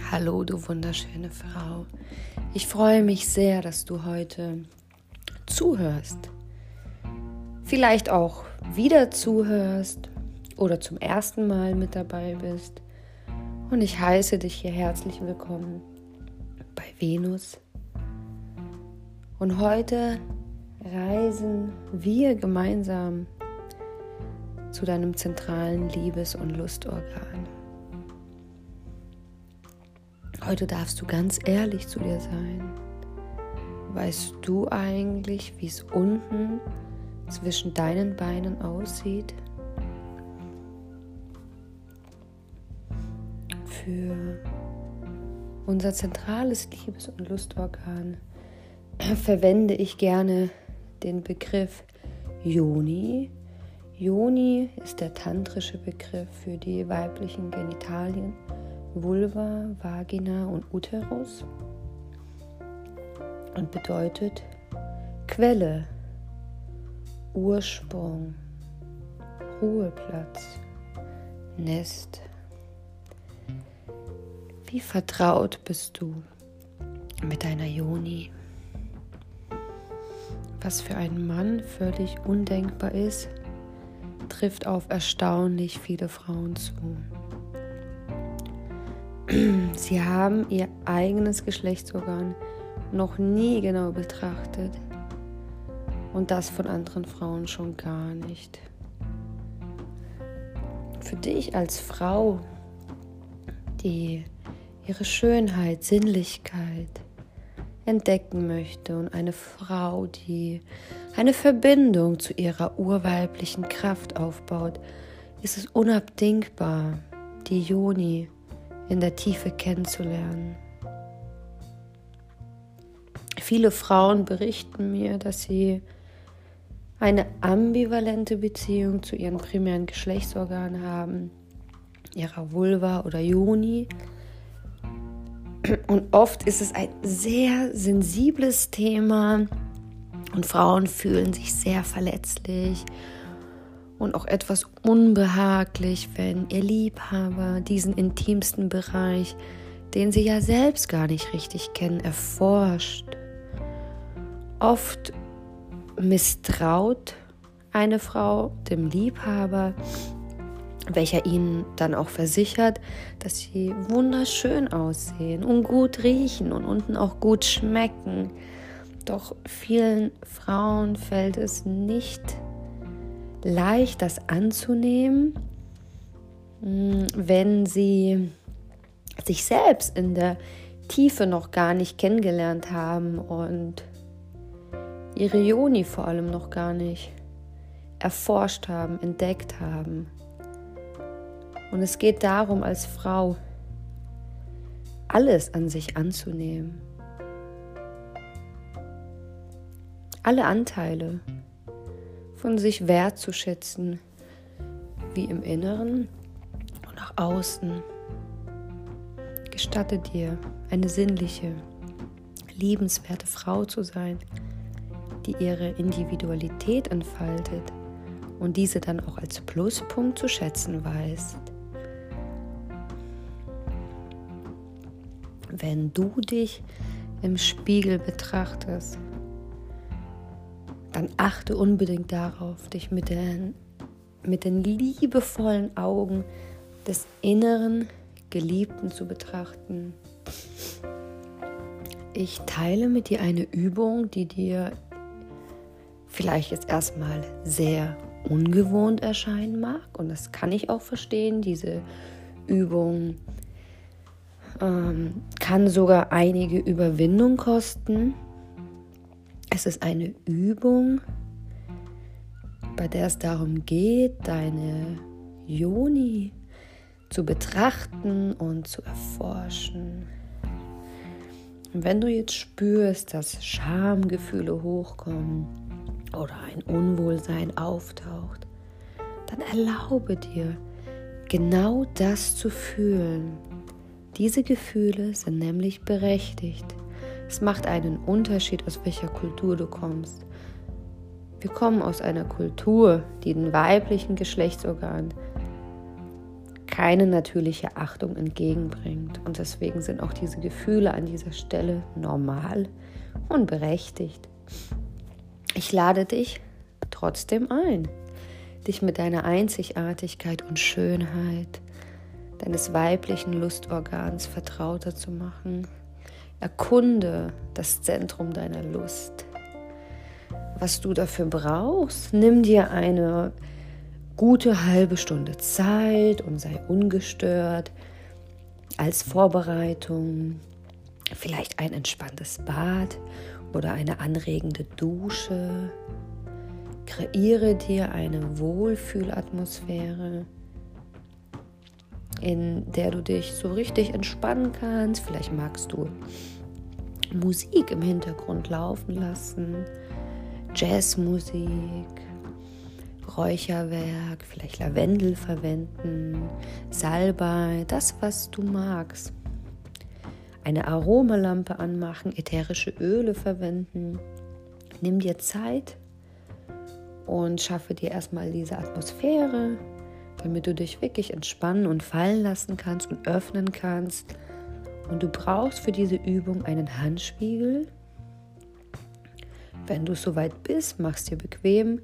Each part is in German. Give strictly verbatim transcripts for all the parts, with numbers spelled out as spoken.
Hallo, du wunderschöne Frau. Ich freue mich sehr, dass du heute zuhörst. Vielleicht auch wieder zuhörst oder zum ersten Mal mit dabei bist. Und ich heiße dich hier herzlich willkommen bei Venus. Und heute reisen wir gemeinsam zu deinem zentralen Liebes- und Lustorgan. Heute darfst du ganz ehrlich zu dir sein. Weißt du eigentlich, wie es unten zwischen deinen Beinen aussieht? Für unser zentrales Liebes- und Lustorgan verwende ich gerne den Begriff Yoni. Yoni ist der tantrische Begriff für die weiblichen Genitalien, Vulva, Vagina und Uterus und bedeutet Quelle, Ursprung, Ruheplatz, Nest. Wie vertraut bist du mit deiner Yoni? Was für einen Mann völlig undenkbar ist, trifft auf erstaunlich viele Frauen zu. Sie haben ihr eigenes Geschlechtsorgan noch nie genau betrachtet und das von anderen Frauen schon gar nicht. Für dich als Frau, die ihre Schönheit, Sinnlichkeit entdecken möchte und eine Frau, die eine Verbindung zu ihrer urweiblichen Kraft aufbaut, ist es unabdingbar, die Yoni in der Tiefe kennenzulernen. Viele Frauen berichten mir, dass sie eine ambivalente Beziehung zu ihren primären Geschlechtsorganen haben, ihrer Vulva oder Yoni. Und oft ist es ein sehr sensibles Thema und Frauen fühlen sich sehr verletzlich und auch etwas unbehaglich, wenn ihr Liebhaber diesen intimsten Bereich, den sie ja selbst gar nicht richtig kennen, erforscht. Oft misstraut eine Frau dem Liebhaber, welcher ihnen dann auch versichert, dass sie wunderschön aussehen und gut riechen und unten auch gut schmecken. Doch vielen Frauen fällt es nicht leicht, das anzunehmen, wenn sie sich selbst in der Tiefe noch gar nicht kennengelernt haben und ihre Yoni vor allem noch gar nicht erforscht haben, entdeckt haben. Und es geht darum, als Frau alles an sich anzunehmen. Alle Anteile von sich wertzuschätzen, wie im Inneren und nach außen. Gestatte dir, eine sinnliche, liebenswerte Frau zu sein, die ihre Individualität entfaltet und diese dann auch als Pluspunkt zu schätzen weiß. Wenn du dich im Spiegel betrachtest, dann achte unbedingt darauf, dich mit den, mit den liebevollen Augen des inneren Geliebten zu betrachten. Ich teile mit dir eine Übung, die dir vielleicht jetzt erstmal sehr ungewohnt erscheinen mag. Und das kann ich auch verstehen. Diese Übung ähm, kann sogar einige Überwindung kosten. Es ist eine Übung, bei der es darum geht, deine Yoni zu betrachten und zu erforschen. Und wenn du jetzt spürst, dass Schamgefühle hochkommen oder ein Unwohlsein auftaucht, dann erlaube dir, genau das zu fühlen. Diese Gefühle sind nämlich berechtigt. Es macht einen Unterschied, aus welcher Kultur du kommst. Wir kommen aus einer Kultur, die den weiblichen Geschlechtsorgan keine natürliche Achtung entgegenbringt. Und deswegen sind auch diese Gefühle an dieser Stelle normal und berechtigt. Ich lade dich trotzdem ein, dich mit deiner Einzigartigkeit und Schönheit deines weiblichen Lustorgans vertrauter zu machen. Erkunde das Zentrum deiner Lust. Was du dafür brauchst, nimm dir eine gute halbe Stunde Zeit und sei ungestört. Als Vorbereitung vielleicht ein entspanntes Bad oder eine anregende Dusche. Kreiere dir eine Wohlfühlatmosphäre, in der du dich so richtig entspannen kannst. Vielleicht magst du Musik im Hintergrund laufen lassen, Jazzmusik, Räucherwerk, vielleicht Lavendel verwenden, Salbei, das, was du magst. Eine Aromalampe anmachen, ätherische Öle verwenden. Nimm dir Zeit und schaffe dir erstmal diese Atmosphäre, damit du dich wirklich entspannen und fallen lassen kannst und öffnen kannst. Und du brauchst für diese Übung einen Handspiegel. Wenn du soweit bist, machst dir bequem,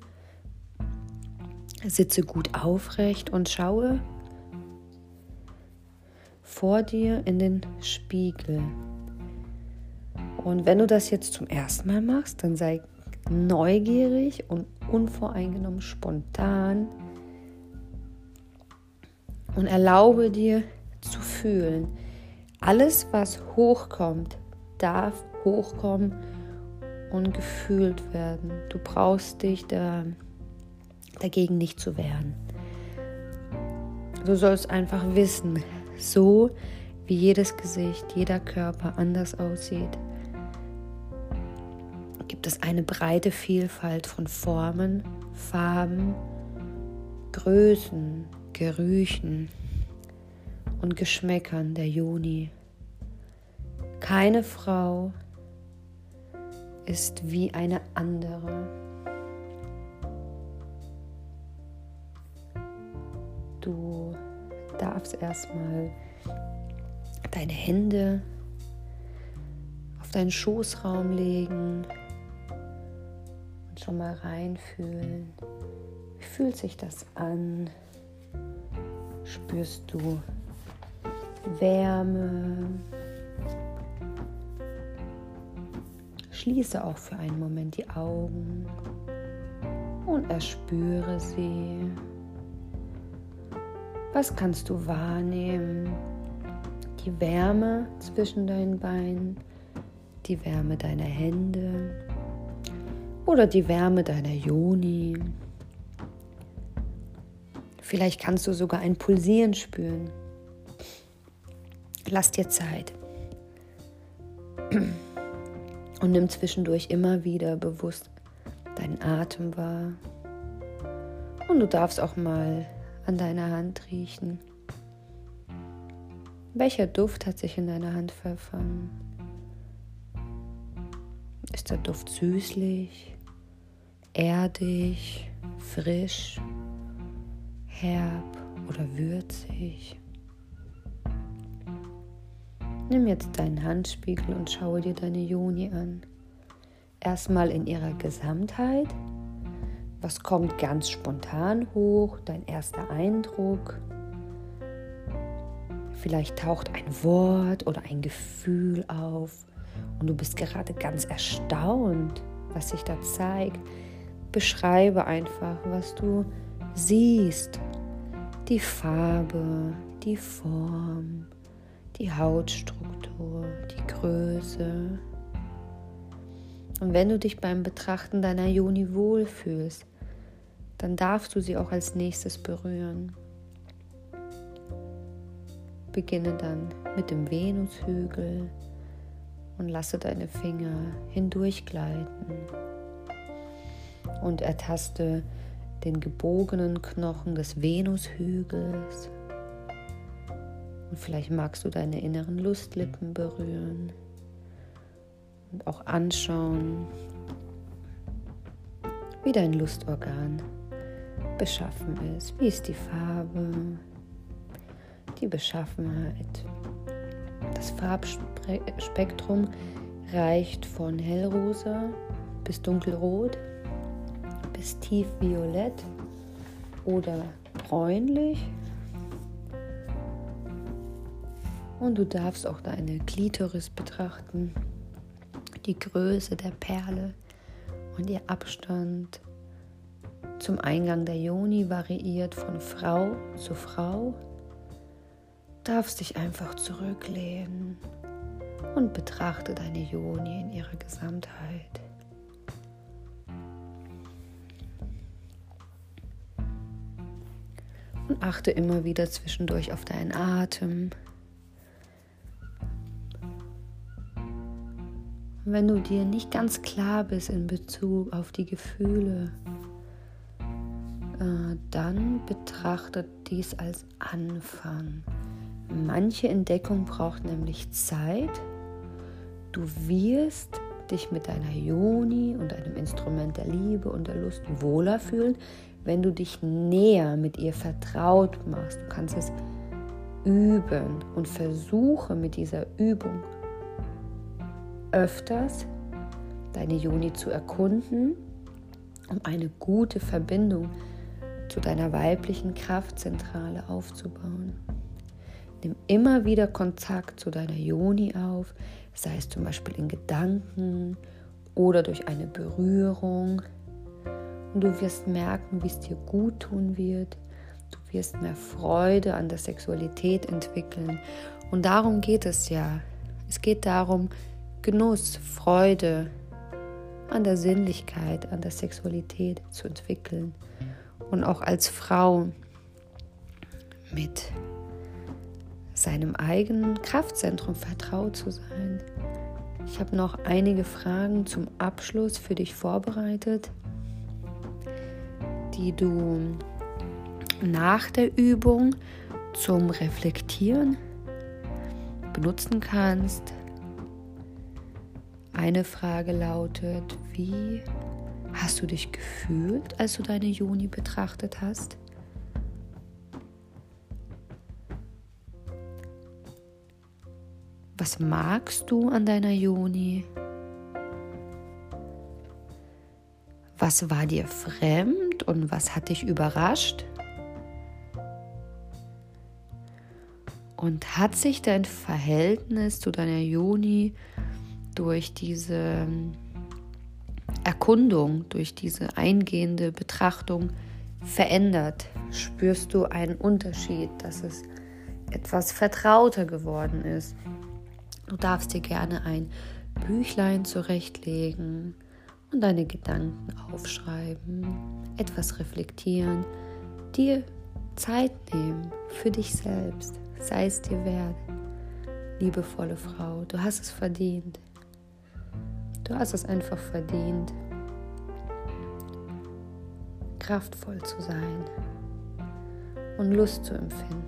sitze gut aufrecht und schaue vor dir in den Spiegel. Und wenn du das jetzt zum ersten Mal machst, dann sei neugierig und unvoreingenommen spontan und erlaube dir zu fühlen. Alles, was hochkommt, darf hochkommen und gefühlt werden. Du brauchst dich da, dagegen nicht zu wehren. Du sollst einfach wissen, so wie jedes Gesicht, jeder Körper anders aussieht, gibt es eine breite Vielfalt von Formen, Farben, Größen, Gerüchen und Geschmäckern der Yoni. Keine Frau ist wie eine andere. Du darfst erstmal deine Hände auf deinen Schoßraum legen und schon mal reinfühlen. Wie fühlt sich das an? Spürst du Wärme? Schließe auch für einen Moment die Augen und erspüre sie. Was kannst du wahrnehmen? Die Wärme zwischen deinen Beinen, die Wärme deiner Hände oder die Wärme deiner Yoni. Vielleicht kannst du sogar ein Pulsieren spüren. Lass dir Zeit. Und nimm zwischendurch immer wieder bewusst deinen Atem wahr. Und du darfst auch mal an deiner Hand riechen. Welcher Duft hat sich in deiner Hand verfangen? Ist der Duft süßlich, erdig, frisch, herb oder würzig? Nimm jetzt deinen Handspiegel und schaue dir deine Yoni an. Erstmal in ihrer Gesamtheit. Was kommt ganz spontan hoch? Dein erster Eindruck? Vielleicht taucht ein Wort oder ein Gefühl auf und du bist gerade ganz erstaunt, was sich da zeigt. Beschreibe einfach, was du siehst. Die Farbe, die Form, die Hautstruktur, die Größe. Und wenn du dich beim Betrachten deiner Yoni wohlfühlst, dann darfst du sie auch als nächstes berühren. Beginne dann mit dem Venushügel und lasse deine Finger hindurchgleiten und ertaste den gebogenen Knochen des Venushügels. Und vielleicht magst du deine inneren Lustlippen berühren und auch anschauen, wie dein Lustorgan beschaffen ist. Wie ist die Farbe? die Beschaffenheit. Das Farbspektrum reicht von hellrosa bis dunkelrot, bis tiefviolett oder bräunlich. Und du darfst auch deine Klitoris betrachten, die Größe der Perle und ihr Abstand zum Eingang der Yoni variiert von Frau zu Frau. Du darfst dich einfach zurücklehnen und betrachte deine Yoni in ihrer Gesamtheit. Und achte immer wieder zwischendurch auf deinen Atem. Und wenn du dir nicht ganz klar bist in Bezug auf die Gefühle, äh, dann betrachte dies als Anfang. Manche Entdeckung braucht nämlich Zeit. Du wirst dich mit deiner Yoni und einem Instrument der Liebe und der Lust wohler fühlen, wenn du dich näher mit ihr vertraut machst. Du kannst es üben und versuche mit dieser Übung öfters deine Yoni zu erkunden, um eine gute Verbindung zu deiner weiblichen Kraftzentrale aufzubauen. Nimm immer wieder Kontakt zu deiner Yoni auf, sei es zum Beispiel in Gedanken oder durch eine Berührung. Und du wirst merken, wie es dir gut tun wird. Du wirst mehr Freude an der Sexualität entwickeln. Und darum geht es ja. Es geht darum, Genuss, Freude an der Sinnlichkeit, an der Sexualität zu entwickeln. Und auch als Frau mit seinem eigenen Kraftzentrum vertraut zu sein. Ich habe noch einige Fragen zum Abschluss für dich vorbereitet, die du nach der Übung zum Reflektieren benutzen kannst. Eine Frage lautet: Wie hast du dich gefühlt, als du deine Yoni betrachtet hast? Was magst du an deiner Yoni? Was war dir fremd und was hat dich überrascht? Und hat sich dein Verhältnis zu deiner Yoni durch diese Erkundung, durch diese eingehende Betrachtung verändert? Spürst du einen Unterschied, dass es etwas vertrauter geworden ist? Du darfst dir gerne ein Büchlein zurechtlegen und deine Gedanken aufschreiben, etwas reflektieren, dir Zeit nehmen für dich selbst, sei es dir wert. Liebevolle Frau, du hast es verdient. Du hast es einfach verdient, kraftvoll zu sein und Lust zu empfinden.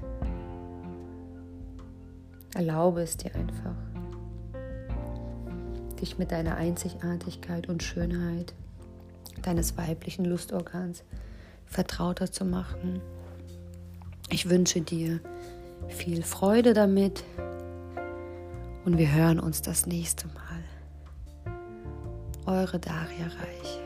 Erlaube es dir einfach, dich mit deiner Einzigartigkeit und Schönheit deines weiblichen Lustorgans vertrauter zu machen. Ich wünsche dir viel Freude damit und wir hören uns das nächste Mal. Eure Daria Reich.